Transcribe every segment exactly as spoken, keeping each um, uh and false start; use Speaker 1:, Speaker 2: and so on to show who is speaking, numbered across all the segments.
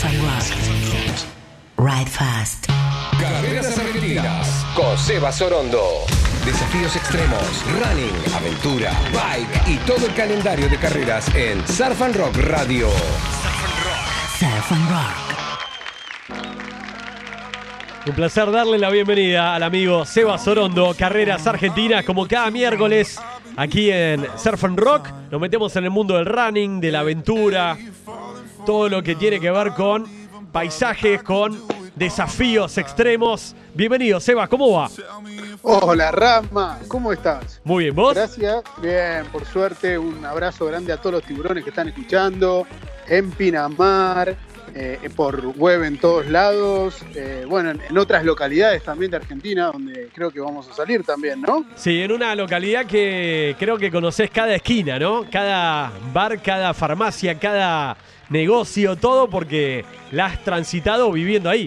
Speaker 1: Surf and Rock. Ride fast.
Speaker 2: Carreras Argentinas con Seba Sorondo. Desafíos extremos, running, aventura, bike y todo el calendario de carreras en Surf and Rock Radio.
Speaker 1: Surf and Rock.
Speaker 3: Un placer darle la bienvenida al amigo Seba Sorondo, Carreras Argentinas, como cada miércoles aquí en Surf and Rock. Nos metemos en el mundo del running, de la aventura, todo lo que tiene que ver con paisajes, con desafíos extremos. Bienvenido, Seba, ¿cómo va?
Speaker 4: Hola, Rama, ¿cómo estás?
Speaker 3: Muy bien, ¿vos?
Speaker 4: Gracias, bien, por suerte, un abrazo grande a todos los tiburones que están escuchando, en Pinamar, eh, por web en todos lados, eh, bueno, en, en otras localidades también de Argentina, donde creo que vamos a salir también, ¿no?
Speaker 3: Sí, en una localidad que creo que conocés cada esquina, ¿no? Cada bar, cada farmacia, cada negocio, todo, porque la has transitado viviendo ahí.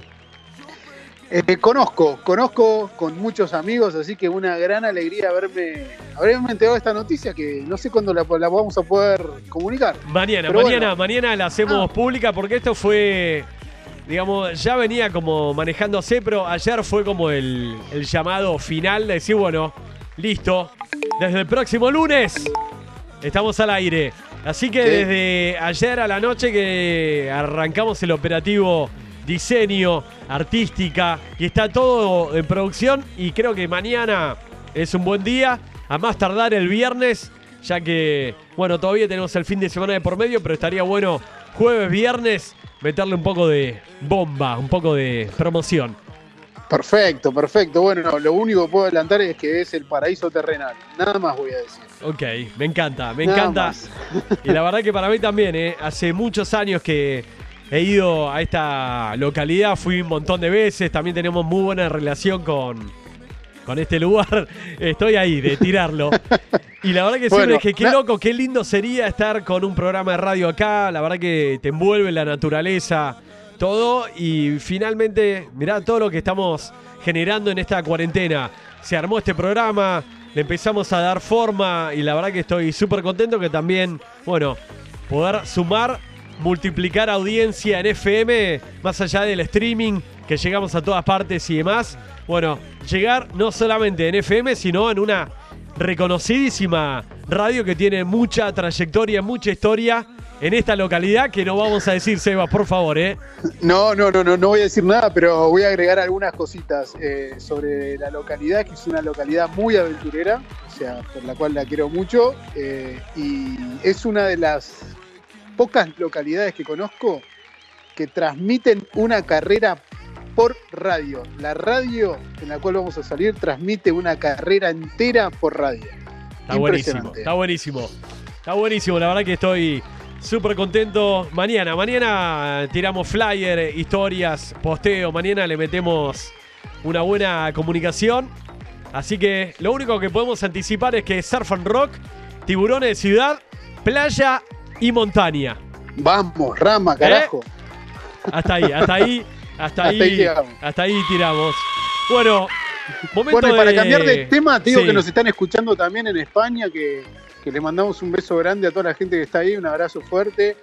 Speaker 4: Eh, conozco, conozco con muchos amigos, así que una gran alegría haberme, haberme enterado de esta noticia que no sé cuándo la, la vamos a poder comunicar.
Speaker 3: Mañana,
Speaker 4: Pero
Speaker 3: mañana,
Speaker 4: bueno.
Speaker 3: mañana la hacemos
Speaker 4: Ah.
Speaker 3: pública porque esto fue, digamos, ya venía como manejándose, pero ayer fue como el, el llamado final de decir, bueno, listo, desde el próximo lunes estamos al aire. Así que
Speaker 4: Sí.
Speaker 3: desde ayer a la noche que arrancamos el operativo diseño, artística, y está todo en producción, y creo que mañana es un buen día, a más tardar el viernes, ya que, bueno, todavía tenemos el fin de semana de por medio, pero estaría bueno jueves, viernes, meterle un poco de bomba, un poco de promoción.
Speaker 4: Perfecto, perfecto. Bueno, lo único que puedo adelantar es que es el paraíso terrenal. Nada más voy a decir.
Speaker 3: Ok, me encanta, me
Speaker 4: Nada
Speaker 3: encanta.
Speaker 4: más.
Speaker 3: Y la verdad que para mí también, ¿eh? Hace muchos años que he ido a esta localidad, fui un montón de veces, también tenemos muy buena relación con, con este lugar. Estoy ahí, de tirarlo. Y la verdad que siempre
Speaker 4: Bueno,
Speaker 3: dije, qué
Speaker 4: na-
Speaker 3: loco, qué lindo sería estar con un programa de radio acá. La verdad que te envuelve la naturaleza, todo. Y finalmente, mirá todo lo que estamos generando en esta cuarentena. Se armó este programa, le empezamos a dar forma y la verdad que estoy súper contento que también, bueno, poder sumar, multiplicar audiencia en F M, más allá del streaming, que llegamos a todas partes y demás. Bueno, llegar no solamente en F M, sino en una reconocidísima radio que tiene mucha trayectoria, mucha historia en esta localidad, que no vamos a decir, Seba, por favor, ¿eh?
Speaker 4: No, no, no, no, no voy a decir nada, pero voy a agregar algunas cositas eh, sobre la localidad, que es una localidad muy aventurera, o sea, por la cual la quiero mucho, eh, y es una de las pocas localidades que conozco que transmiten una carrera por radio. La radio en la cual vamos a salir transmite una carrera entera por radio.
Speaker 3: Está buenísimo, está buenísimo. Está buenísimo, la verdad que estoy súper contento. Mañana, mañana tiramos flyer, historias, posteo. Mañana le metemos una buena comunicación. Así que lo único que podemos anticipar es que Surf and Rock, tiburones de ciudad, playa y montaña.
Speaker 4: Vamos, Rama, carajo.
Speaker 3: Hasta ahí, hasta ahí, hasta ahí,
Speaker 4: Hasta ahí llegamos.
Speaker 3: hasta ahí tiramos. Bueno, momento
Speaker 4: Bueno, y para
Speaker 3: de-
Speaker 4: cambiar de tema, te digo
Speaker 3: Sí.
Speaker 4: que nos están escuchando también en España, que, que le mandamos un beso grande a toda la gente que está ahí, un abrazo fuerte,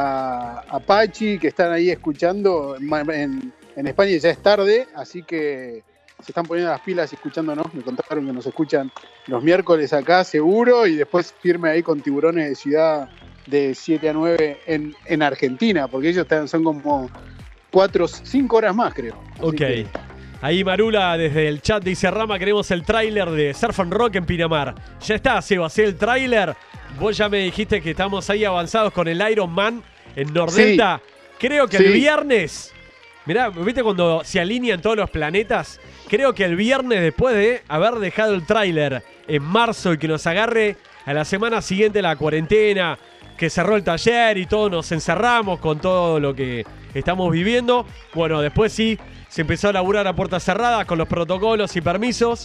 Speaker 4: a, a Pachi, que están ahí escuchando, en, en, en España ya es tarde, así que se están poniendo las pilas y escuchándonos, me contaron que nos escuchan los miércoles acá seguro, y después firme ahí con Tiburones de Ciudad de siete a nueve en, en Argentina, porque ellos están, son como cuatro, cinco horas más, creo. Así
Speaker 3: Ok.
Speaker 4: que-
Speaker 3: Ahí Marula desde el chat dice, Rama, queremos el tráiler de Surf and Rock en Pinamar. Ya está, Seba, ¿sí el tráiler? Vos ya me dijiste que estamos ahí avanzados con el Iron Man en Nordelta. Creo que el
Speaker 4: Sí.
Speaker 3: viernes, mirá, ¿viste cuando se alinean todos los planetas? Creo que el viernes, después de haber dejado el tráiler en marzo y que nos agarre a la semana siguiente la cuarentena, que cerró el taller y todos nos encerramos con todo lo que estamos viviendo. Bueno, después sí, se empezó a laburar a puertas cerradas con los protocolos y permisos.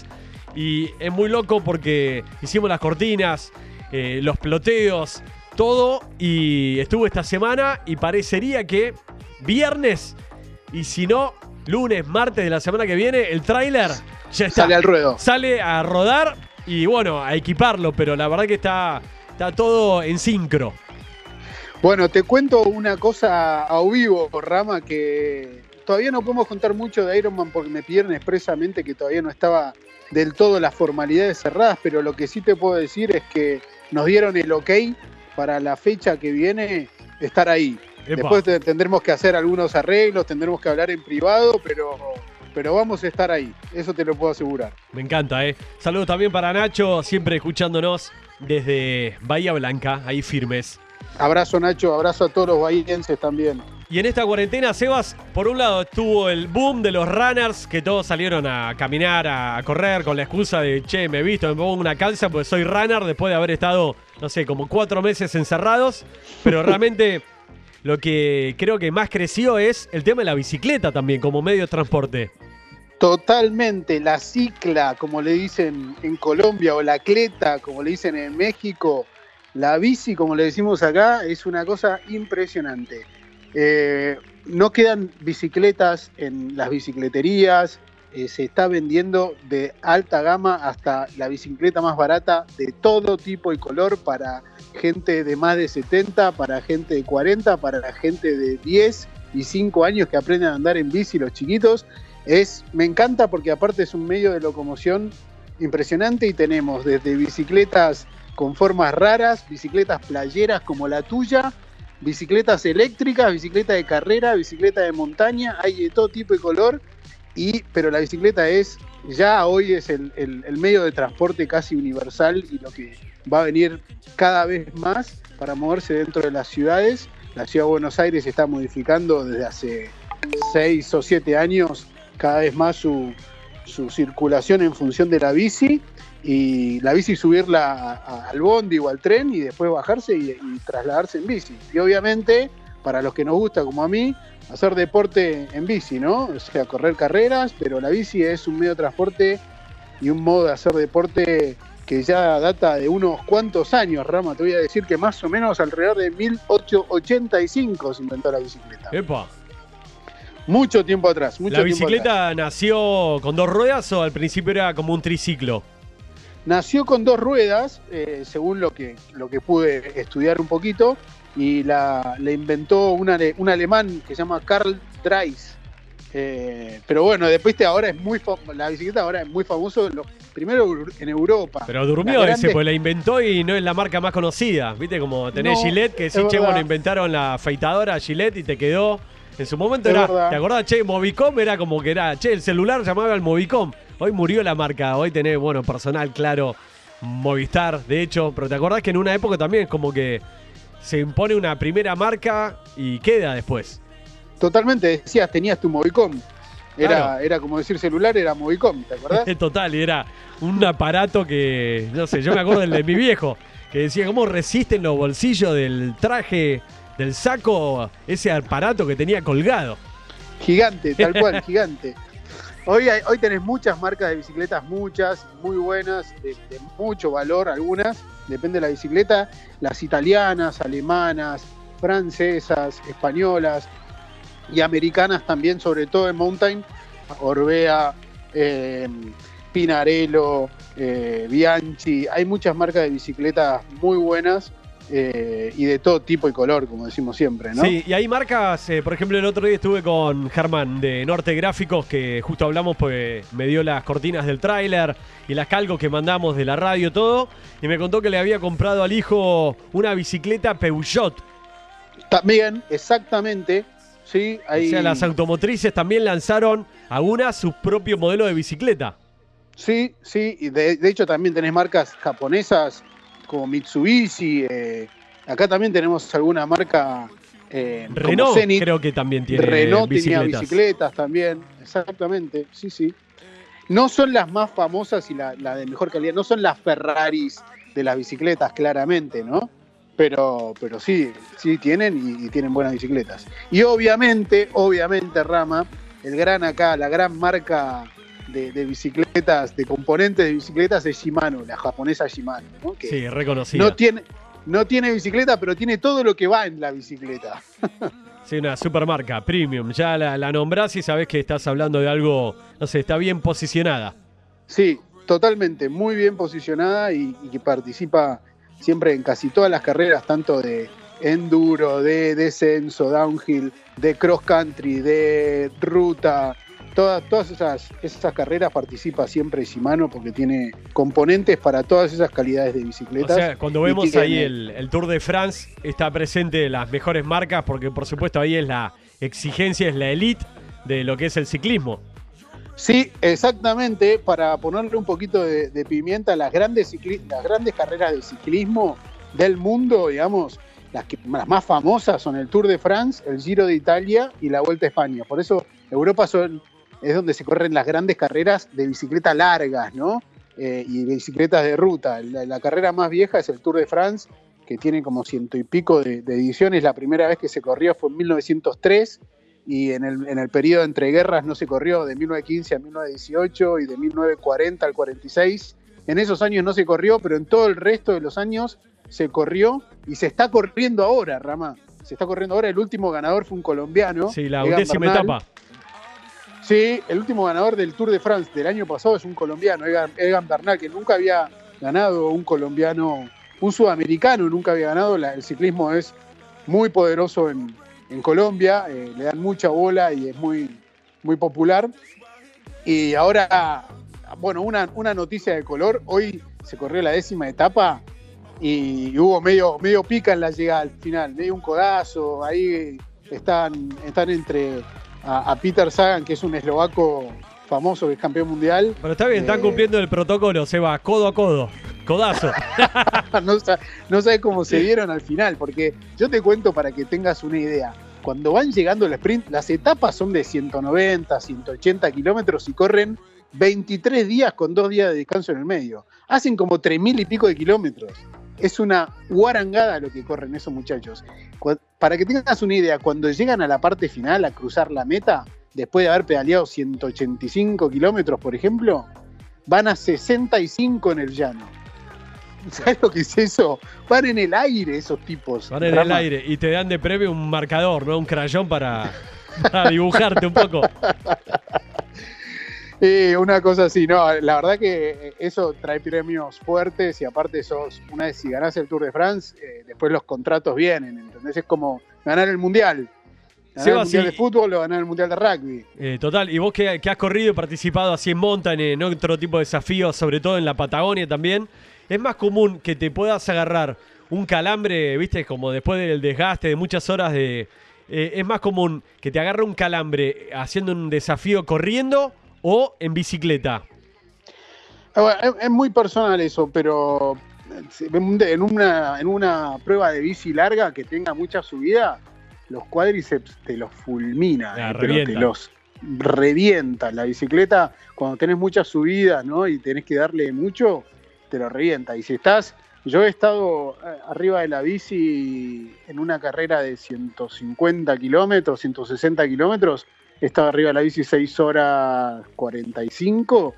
Speaker 3: Y es muy loco porque hicimos las cortinas, eh, los ploteos, todo. Y estuvo esta semana y parecería que viernes, y si no, lunes, martes de la semana que viene, el tráiler ya está.
Speaker 4: Sale al ruedo.
Speaker 3: Sale a rodar y bueno, a equiparlo, pero la verdad que está, está todo en sincro.
Speaker 4: Bueno, te cuento una cosa a vivo, Rama, que todavía no podemos contar mucho de Ironman porque me pidieron expresamente que todavía no estaba del todo las formalidades cerradas, pero lo que sí te puedo decir es que nos dieron el ok para la fecha que viene estar ahí.
Speaker 3: Epa.
Speaker 4: Después te, tendremos que hacer algunos arreglos, tendremos que hablar en privado, pero, pero vamos a estar ahí, eso te lo puedo asegurar.
Speaker 3: Me encanta, ¿eh? Saludos también para Nacho, siempre escuchándonos desde Bahía Blanca, ahí firmes.
Speaker 4: Abrazo, Nacho, abrazo a todos los bahienses también.
Speaker 3: Y en esta cuarentena, Sebas, por un lado estuvo el boom de los runners, que todos salieron a caminar, a correr con la excusa de, che, me he visto, me pongo una calza porque soy runner después de haber estado, no sé, como cuatro meses encerrados. Pero realmente lo que creo que más creció es el tema de la bicicleta también como medio de transporte.
Speaker 4: Totalmente, la cicla, como le dicen en Colombia, o la cleta, como le dicen en México, la bici, como le decimos acá, es una cosa impresionante. Eh, no quedan bicicletas en las bicicleterías, eh, se está vendiendo de alta gama hasta la bicicleta más barata de todo tipo y color para gente de más de setenta, para gente de cuarenta, para la gente de diez y cinco años que aprenden a andar en bici, los chiquitos. Es, me encanta porque aparte es un medio de locomoción impresionante y tenemos desde bicicletas con formas raras, bicicletas playeras como la tuya, bicicletas eléctricas, bicicleta de carrera, bicicleta de montaña, hay de todo tipo y color, y, pero la bicicleta es, ya hoy es el, el, el medio de transporte casi universal y lo que va a venir cada vez más para moverse dentro de las ciudades. La ciudad de Buenos Aires se está modificando desde hace seis o siete años cada vez más su, su circulación en función de la bici, y la bici subirla a, a, al bondi o al tren y después bajarse y, y trasladarse en bici. Y obviamente, para los que nos gusta como a mí, hacer deporte en bici, ¿no? O sea, correr carreras, pero la bici es un medio de transporte y un modo de hacer deporte que ya data de unos cuantos años, Rama. Te voy a decir que más o menos alrededor de mil ochocientos ochenta y cinco se inventó la bicicleta.
Speaker 3: ¡Epa!
Speaker 4: Mucho tiempo atrás. Mucho
Speaker 3: ¿La
Speaker 4: tiempo
Speaker 3: bicicleta
Speaker 4: atrás.
Speaker 3: nació con dos ruedas o al principio era como un triciclo?
Speaker 4: Nació con dos ruedas, eh, según lo que, lo que pude estudiar un poquito, y la, la inventó una, un alemán que se llama Karl Dreis. Eh, pero bueno, después de ahora es muy fam- la bicicleta ahora es muy famoso, lo, primero en Europa.
Speaker 3: Pero durmió
Speaker 4: Las
Speaker 3: ese,
Speaker 4: grandes-
Speaker 3: pues la inventó y no es la marca más conocida. Viste, como tenés
Speaker 4: No,
Speaker 3: Gillette, que
Speaker 4: es
Speaker 3: sí, che,
Speaker 4: verdad.
Speaker 3: bueno, inventaron la afeitadora Gillette y te quedó. En su momento
Speaker 4: Es
Speaker 3: era,
Speaker 4: verdad.
Speaker 3: ¿te acordás? Che, Movicom era como que era, che, el celular llamaba al Movicom. Hoy murió la marca, hoy tenés, bueno, personal, claro, Movistar, de hecho. Pero ¿te acordás que en una época también es como que se impone una primera marca y queda después?
Speaker 4: Totalmente, decías, tenías tu Movicom. Era,
Speaker 3: Claro.
Speaker 4: era como decir celular, era Movicom, ¿te acordás?
Speaker 3: Total, y era un aparato que, no sé, yo me acuerdo del de mi viejo, que decía, ¿cómo resisten los bolsillos del traje, del saco, ese aparato que tenía colgado?
Speaker 4: Gigante, tal cual, gigante. Hoy, hay- hoy tenés muchas marcas de bicicletas, muchas, muy buenas, de, de mucho valor algunas, depende de la bicicleta, las italianas, alemanas, francesas, españolas y americanas también, sobre todo en mountain, Orbea, eh, Pinarello, eh, Bianchi, hay muchas marcas de bicicletas muy buenas. Eh, y de todo tipo y color, como decimos siempre, ¿no?
Speaker 3: Sí, y hay marcas, eh, por ejemplo, el otro día estuve con Germán de Norte Gráficos, que justo hablamos, pues me dio las cortinas del tráiler y las calcos que mandamos de la radio, todo, y me contó que le había comprado al hijo una bicicleta Peugeot.
Speaker 4: También, exactamente, sí, hay,
Speaker 3: O sea, las automotrices también lanzaron algunas su propio modelo de bicicleta.
Speaker 4: sí, sí, y de, de hecho también tenés marcas japonesas como Mitsubishi, eh, acá también tenemos alguna marca eh, como
Speaker 3: Renault
Speaker 4: Zenith,
Speaker 3: creo que también tiene
Speaker 4: Renault tenía
Speaker 3: bicicletas.
Speaker 4: bicicletas también, exactamente, sí, sí. No son las más famosas y la, la de mejor calidad, no son las Ferraris de las bicicletas, claramente, ¿no? Pero, pero sí, sí tienen y, y tienen buenas bicicletas. Y obviamente, obviamente, Rama, el gran acá, la gran marca de, de bicicletas, de componentes de bicicletas es Shimano, la japonesa Shimano, ¿no? Que
Speaker 3: Sí, reconocida.
Speaker 4: no tiene, no tiene bicicleta, pero tiene todo lo que va en la bicicleta.
Speaker 3: Sí, una supermarca, premium. Ya la, la nombrás y sabés que estás hablando de algo, no sé, está bien posicionada.
Speaker 4: Sí, totalmente, muy bien posicionada y, y que participa siempre en casi todas las carreras, tanto de, enduro, de descenso, downhill, de cross country, de ruta. Todas, todas esas, esas carreras participa siempre Shimano porque tiene componentes para todas esas calidades de bicicletas.
Speaker 3: O sea, cuando vemos ahí el, el Tour de France, está presente las mejores marcas porque por supuesto ahí es la exigencia, es la elite de lo que es el ciclismo.
Speaker 4: Sí, exactamente, para ponerle un poquito de, de pimienta, las grandes, cicli- las grandes carreras de ciclismo del mundo, digamos, las, que, las más famosas son el Tour de France, el Giro de Italia y la Vuelta a España. Por eso Europa son, es donde se corren las grandes carreras de bicicleta largas, ¿no? Eh, y de bicicletas de ruta. La, la carrera más vieja es el Tour de France, que tiene como ciento y pico de, de ediciones. La primera vez que se corrió fue en mil novecientos tres, y en el, en el periodo entre guerras no se corrió de mil novecientos quince a mil novecientos dieciocho y de mil novecientos cuarenta al cuarenta y seis. En esos años no se corrió, pero en todo el resto de los años se corrió y se está corriendo ahora, Rama. Se está corriendo ahora. El último ganador fue un colombiano.
Speaker 3: Sí, la
Speaker 4: Egan
Speaker 3: undécima
Speaker 4: Bernal.
Speaker 3: etapa.
Speaker 4: Sí, el último ganador del Tour de France del año pasado es un colombiano, Egan, Egan Bernal, que nunca había ganado un colombiano, un sudamericano, nunca había ganado. La, el ciclismo es muy poderoso en En Colombia, eh, le dan mucha bola y es muy, muy popular. Y ahora, bueno, una, una noticia de color. Hoy se corrió la décima etapa y hubo medio, medio pica en la llegada al final, medio un codazo. Ahí están, están entre a, a Peter Sagan, que es un eslovaco famoso, que es campeón mundial.
Speaker 3: Pero está bien, están
Speaker 4: Eh,
Speaker 3: cumpliendo el protocolo, se va codo a codo, codazo.
Speaker 4: no, sa- no sabes cómo se dieron al final, porque yo te cuento para que tengas una idea. Cuando van llegando al sprint, las etapas son de ciento noventa, ciento ochenta kilómetros y corren veintitrés días con dos días de descanso en el medio. Hacen como tres mil y pico de kilómetros. Es una guarangada lo que corren esos muchachos. Cu- Para que tengas una idea, cuando llegan a la parte final, a cruzar la meta, después de haber pedaleado ciento ochenta y cinco kilómetros, por ejemplo, van a sesenta y cinco en el llano. ¿Sabes lo que es eso? Van en el aire esos tipos.
Speaker 3: Van en el
Speaker 4: Rama.
Speaker 3: aire y te dan de premio un marcador, ¿no? Un crayón para, para dibujarte un poco.
Speaker 4: Eh, una cosa así, no, la verdad que eso trae premios fuertes y aparte sos, una vez si ganás el Tour de France, eh, después los contratos vienen, ¿entendés? Es como ganar el Mundial. Ganar
Speaker 3: Seba,
Speaker 4: el Mundial
Speaker 3: sí.
Speaker 4: de fútbol o ganar el Mundial de rugby.
Speaker 3: Eh, total, y vos que, que has corrido y participado así en mountain, en otro tipo de desafíos, sobre todo en la Patagonia también, es más común que te puedas agarrar un calambre, viste, como después del desgaste de muchas horas de... eh, es más común que te agarre un calambre haciendo un desafío corriendo o en bicicleta.
Speaker 4: Ah, bueno, es, es muy personal eso, pero en una, en una prueba de bici larga que tenga mucha subida, los cuádriceps te los fulmina,
Speaker 3: Ah,
Speaker 4: eh, pero
Speaker 3: revienta.
Speaker 4: te los revienta. La bicicleta, cuando tenés muchas subidas, ¿no? Y tenés que darle mucho, te lo revienta. Y si estás, yo he estado eh, arriba de la bici en una carrera de ciento cincuenta kilómetros, ciento sesenta kilómetros, he estado arriba de la bici seis horas cuarenta y cinco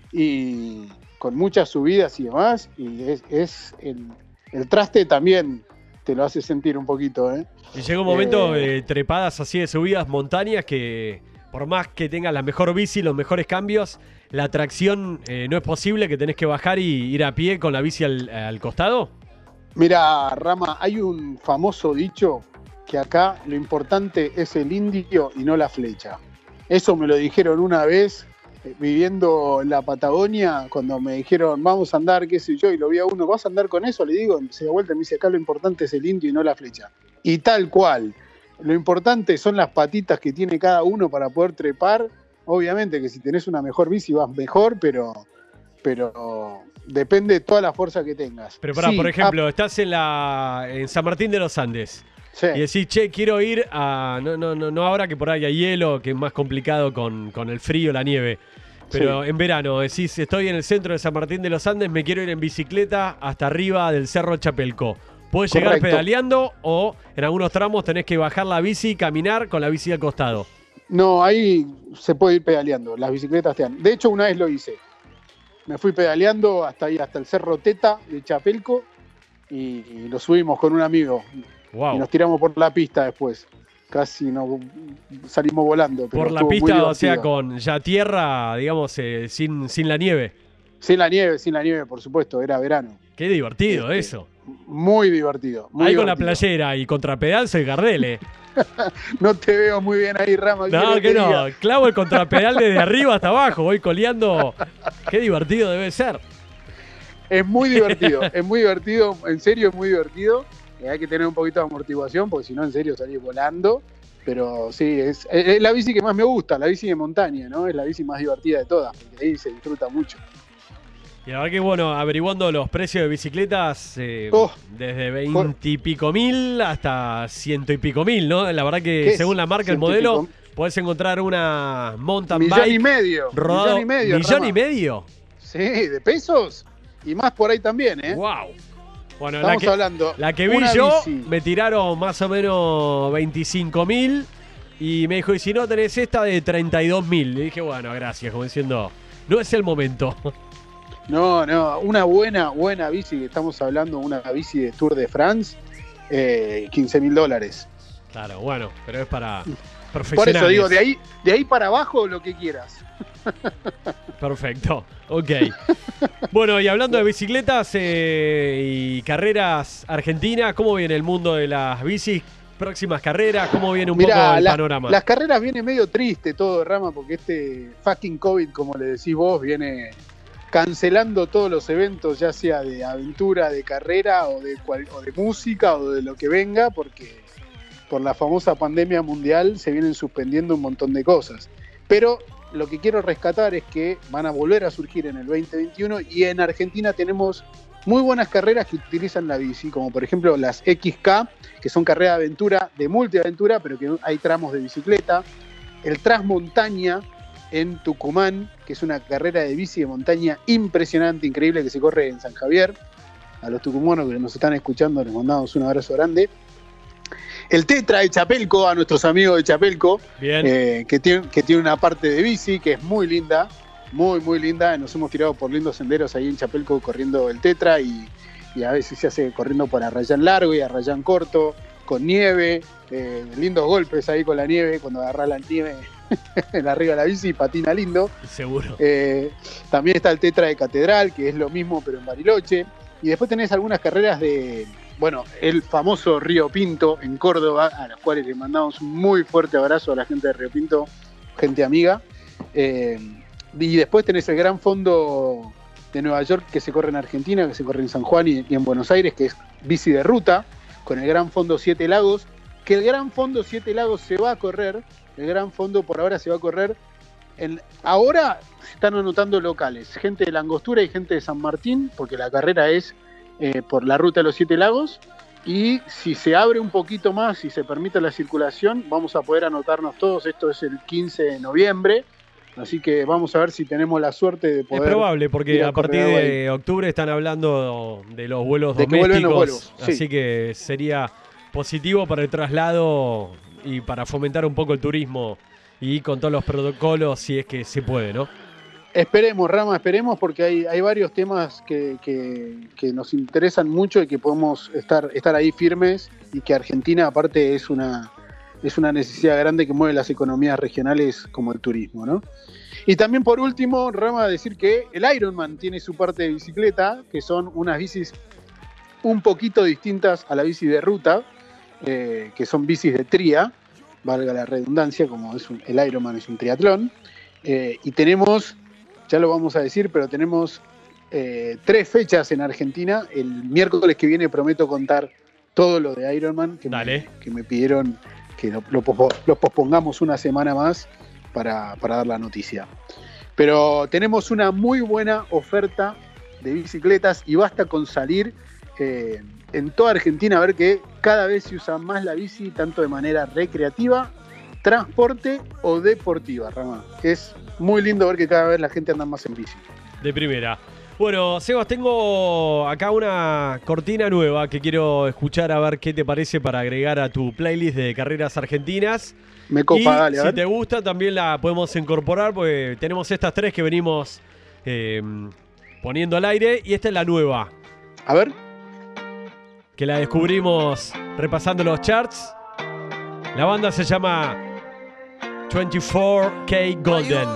Speaker 4: y con muchas subidas y demás, y es, es el, el traste también te lo hace sentir un poquito, ¿eh?
Speaker 3: Y llega un momento de
Speaker 4: Eh,
Speaker 3: trepadas así de subidas, montañas, que por más que tengas la mejor bici, los mejores cambios, la tracción eh, no es posible, que tenés que bajar y ir a pie con la bici al, al costado.
Speaker 4: Mira, Rama, hay un famoso dicho que acá lo importante es el indio y no la flecha. Eso me lo dijeron una vez eh, viviendo en la Patagonia, cuando me dijeron vamos a andar, qué sé yo, y lo vi a uno, ¿vas a andar con eso? Le digo, se da vuelta y me dice, acá lo importante es el indio y no la flecha. Y tal cual, lo importante son las patitas que tiene cada uno para poder trepar. Obviamente que si tenés una mejor bici vas mejor, pero, pero depende de toda la fuerza que tengas.
Speaker 3: Pero pará,
Speaker 4: Sí,
Speaker 3: por ejemplo, estás en la en San Martín de los Andes
Speaker 4: ah, sí.
Speaker 3: y decís, che, quiero ir a... No, no, no, no ahora que por ahí hay hielo, que es más complicado con, con el frío, la nieve. Pero
Speaker 4: Sí.
Speaker 3: en verano, decís, estoy en el centro de San Martín de los Andes, me quiero ir en bicicleta hasta arriba del Cerro Chapelco. ¿Puedes llegar
Speaker 4: Correcto.
Speaker 3: pedaleando o en algunos tramos tenés que bajar la bici y caminar con la bici al costado?
Speaker 4: No, ahí se puede ir pedaleando, las bicicletas te dan. De hecho, una vez lo hice. Me fui pedaleando hasta ahí, hasta el Cerro Teta de Chapelco y, y lo subimos con un amigo. Y
Speaker 3: Wow.
Speaker 4: nos tiramos por la pista después. Casi no salimos volando. Pero
Speaker 3: Por la
Speaker 4: estuvo muy
Speaker 3: pista, o sea,
Speaker 4: divertido.
Speaker 3: con ya tierra, digamos, eh, sin, sin la nieve.
Speaker 4: Sin la nieve, sin la nieve, por supuesto, era verano.
Speaker 3: Qué divertido
Speaker 4: Este,
Speaker 3: eso.
Speaker 4: Muy divertido. Muy
Speaker 3: ahí
Speaker 4: divertido.
Speaker 3: con la playera y contrapedal soy Gardel, eh.
Speaker 4: No te veo muy bien ahí, Rama.
Speaker 3: No, que no. Clavo el contrapedal desde arriba hasta abajo. Voy coleando. Qué divertido debe ser.
Speaker 4: Es muy divertido. Es muy divertido. En serio, es muy divertido. Eh, hay que tener un poquito de amortiguación porque si no, en serio, salís volando. Pero sí, es, es la bici que más me gusta, la bici de montaña, ¿no? Es la bici más divertida de todas, porque ahí se disfruta mucho.
Speaker 3: Y la verdad que, bueno, averiguando los precios de bicicletas, eh,
Speaker 4: Oh,
Speaker 3: desde veinte y pico mil hasta ciento y pico mil, ¿no? La verdad que
Speaker 4: ¿Qué
Speaker 3: según
Speaker 4: es
Speaker 3: la marca, el
Speaker 4: ciento y
Speaker 3: modelo,
Speaker 4: pico?
Speaker 3: podés encontrar una mountain
Speaker 4: Millón
Speaker 3: bike
Speaker 4: y medio.
Speaker 3: rodado-
Speaker 4: Millón y medio.
Speaker 3: ¿Millón
Speaker 4: Rama.
Speaker 3: y medio?
Speaker 4: Sí, de pesos. Y más por ahí también, ¿eh?
Speaker 3: ¡Wow! Bueno, la
Speaker 4: Estamos
Speaker 3: que,
Speaker 4: hablando.
Speaker 3: la que vi
Speaker 4: una
Speaker 3: yo,
Speaker 4: bici.
Speaker 3: me tiraron más o menos veinticinco mil y me dijo, y si no tenés esta de treinta y dos mil. Le dije, bueno, gracias, como diciendo, no es el momento.
Speaker 4: No, no, una buena, buena bici que estamos hablando, una bici de Tour de France, eh, quince mil dólares.
Speaker 3: Claro, bueno, pero es para
Speaker 4: Por
Speaker 3: profesionales.
Speaker 4: eso digo, de ahí, de ahí para abajo lo que quieras.
Speaker 3: Perfecto, ok. Bueno, y hablando de bicicletas eh, y carreras argentinas, ¿cómo viene el mundo de las bicis? Próximas carreras, ¿cómo viene un
Speaker 4: Mirá,
Speaker 3: poco el
Speaker 4: la-
Speaker 3: panorama?
Speaker 4: las carreras viene medio triste todo, Rama, porque este fucking COVID, como le decís vos, viene cancelando todos los eventos, ya sea de aventura, de carrera o de, cual- o de música o de lo que venga, porque por la famosa pandemia mundial se vienen suspendiendo un montón de cosas. Pero lo que quiero rescatar es que van a volver a surgir en el veinte veintiuno y en Argentina tenemos muy buenas carreras que utilizan la bici, como por ejemplo las X K, que son carreras de aventura, de multiaventura, pero que hay tramos de bicicleta. El Transmontaña en Tucumán, que es una carrera de bici de montaña impresionante, increíble, que se corre en San Javier. A los tucumanos que nos están escuchando les mandamos un abrazo grande. El Tetra de Chapelco, a nuestros amigos de Chapelco,
Speaker 3: Bien.
Speaker 4: eh, que, tiene, que tiene una parte de bici que es muy linda, muy, muy linda. Nos hemos tirado por lindos senderos ahí en Chapelco corriendo el Tetra y, y a veces se hace corriendo por Arrayán largo y Arrayán corto, con nieve, eh, lindos golpes ahí con la nieve, cuando agarrás la nieve en arriba de la bici, patina lindo.
Speaker 3: Seguro.
Speaker 4: Eh, también está el Tetra de Catedral, que es lo mismo pero en Bariloche. Y después tenés algunas carreras de, bueno, el famoso Río Pinto en Córdoba, a las cuales le mandamos un muy fuerte abrazo a la gente de Río Pinto, gente amiga. Eh, y después tenés el Gran Fondo de Nueva York, que se corre en Argentina, que se corre en San Juan y, y en Buenos Aires, que es bici de ruta, con el Gran Fondo Siete Lagos, que el Gran Fondo Siete Lagos se va a correr, el Gran Fondo por ahora se va a correr. En, ahora se están anotando locales, gente de La Angostura y gente de San Martín, porque la carrera es eh, por la ruta de los Siete Lagos, y si se abre un poquito más, si se permite la circulación, vamos a poder anotarnos todos. Esto es el quince de noviembre, así que vamos a ver si tenemos la suerte de poder.
Speaker 3: Es probable, porque
Speaker 4: ir a
Speaker 3: a partir
Speaker 4: correr algo ahí.
Speaker 3: de octubre están hablando de los vuelos
Speaker 4: De que vuelven los
Speaker 3: domésticos,
Speaker 4: vuelos, sí.
Speaker 3: así que sería positivo para el traslado y para fomentar un poco el turismo y con todos los protocolos, si es que se puede, ¿no?
Speaker 4: Esperemos, Rama, esperemos, porque hay, hay varios temas que, que, que nos interesan mucho y que podemos estar, estar ahí firmes, y que Argentina aparte es una, es una necesidad grande que mueve las economías regionales como el turismo, ¿no? Y también por último, Rama, decir que el Ironman tiene su parte de bicicleta, que son unas bicis un poquito distintas a la bici de ruta, eh, que son bicis de tría, valga la redundancia, como es un, el Ironman es un triatlón, eh, y tenemos, ya lo vamos a decir, pero tenemos eh, tres fechas en Argentina. El miércoles que viene prometo contar todo lo de Ironman, que,
Speaker 3: Dale.
Speaker 4: me, que me pidieron que lo, lo, pospo- lo pospongamos una semana más para, para dar la noticia. Pero tenemos una muy buena oferta de bicicletas y basta con salir eh, en toda Argentina a ver que cada vez se usa más la bici, tanto de manera recreativa, transporte o deportiva, Rama. Es muy lindo ver que cada vez la gente anda más en bici.
Speaker 3: De primera. Bueno, Sebas, tengo acá una cortina nueva que quiero escuchar a ver qué te parece para agregar a tu playlist de carreras argentinas.
Speaker 4: Me copa,
Speaker 3: y
Speaker 4: dale, a
Speaker 3: si
Speaker 4: ver.
Speaker 3: te gusta también la podemos incorporar, porque tenemos estas tres que venimos eh, poniendo al aire, y esta es la nueva,
Speaker 4: A ver.
Speaker 3: que la descubrimos repasando los charts. La banda se llama veinticuatro K Golden.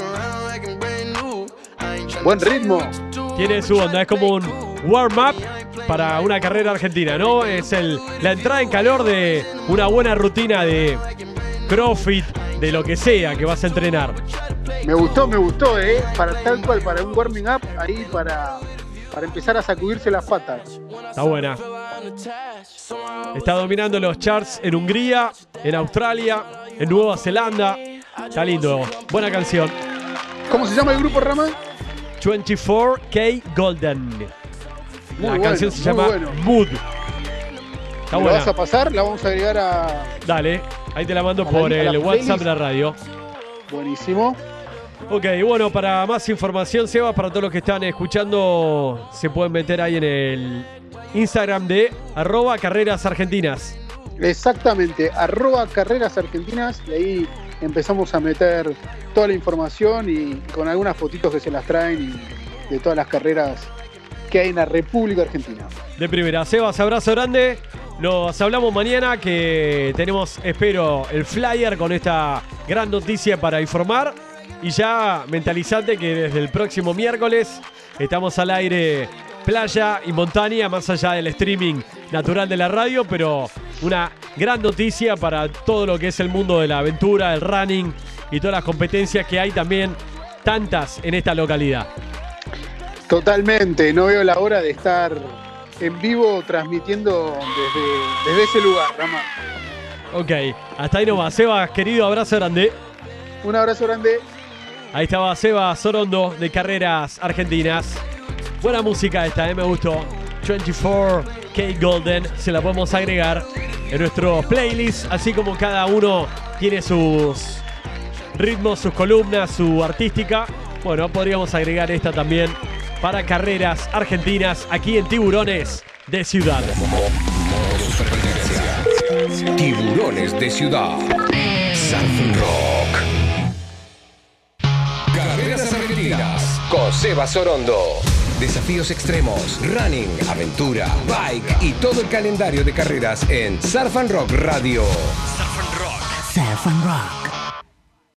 Speaker 4: Buen ritmo.
Speaker 3: Tiene su onda, es como un warm-up para una carrera argentina, ¿no? Es el, la entrada en calor de una buena rutina de CrossFit, de lo que sea que vas a entrenar.
Speaker 4: Me gustó, me gustó, ¿eh? Para tal cual, para un warming up, ahí para, para empezar a sacudirse las patas.
Speaker 3: Está buena. Está dominando los charts en Hungría, en Australia, en Nueva Zelanda. Está lindo. Buena canción.
Speaker 4: ¿Cómo se llama el grupo, Rama?
Speaker 3: veinticuatro K Golden.
Speaker 4: Muy
Speaker 3: La
Speaker 4: bueno,
Speaker 3: canción se
Speaker 4: muy
Speaker 3: llama
Speaker 4: bueno.
Speaker 3: Mood. Está
Speaker 4: ¿Me
Speaker 3: buena.
Speaker 4: la vas a pasar? La vamos a agregar a...
Speaker 3: Dale, ahí te la mando
Speaker 4: a la-
Speaker 3: por
Speaker 4: a la
Speaker 3: el WhatsApp
Speaker 4: playlist.
Speaker 3: de la radio.
Speaker 4: Buenísimo.
Speaker 3: Ok, bueno, para más información, Seba, para todos los que están escuchando, se pueden meter ahí en el Instagram de arroba carreras argentinas.
Speaker 4: Exactamente, arroba carreras argentinas, y ahí empezamos a meter toda la información y con algunas fotitos que se las traen y de todas las carreras que hay en la República Argentina.
Speaker 3: De primera, Sebas, abrazo grande. Nos hablamos mañana que tenemos, espero, el flyer con esta gran noticia para informar. Y ya mentalizate que desde el próximo miércoles estamos al aire playa y montaña, más allá del streaming natural de la radio, pero una gran noticia para todo lo que es el mundo de la aventura, el running y todas las competencias que hay también, tantas en esta localidad.
Speaker 4: Totalmente, no veo la hora de estar en vivo transmitiendo desde, desde ese lugar, Rama.
Speaker 3: Ok, hasta ahí nomás. Sebas, querido, abrazo grande.
Speaker 4: Un abrazo grande.
Speaker 3: Ahí estaba Sebas Sorondo de Carreras Argentinas. Buena música esta, eh, me gustó. veinticuatro K Golden, se la podemos agregar en nuestro playlist, así como cada uno tiene sus ritmos, sus columnas, su artística. Bueno, podríamos agregar esta también para Carreras Argentinas aquí en Tiburones de Ciudad.
Speaker 2: Tiburones de Ciudad. Surf Rock. Carreras Argentinas con Seba Sorondo. Desafíos extremos, running, aventura, bike y todo el calendario de carreras en Surf and Rock Radio.
Speaker 1: Surf and Rock.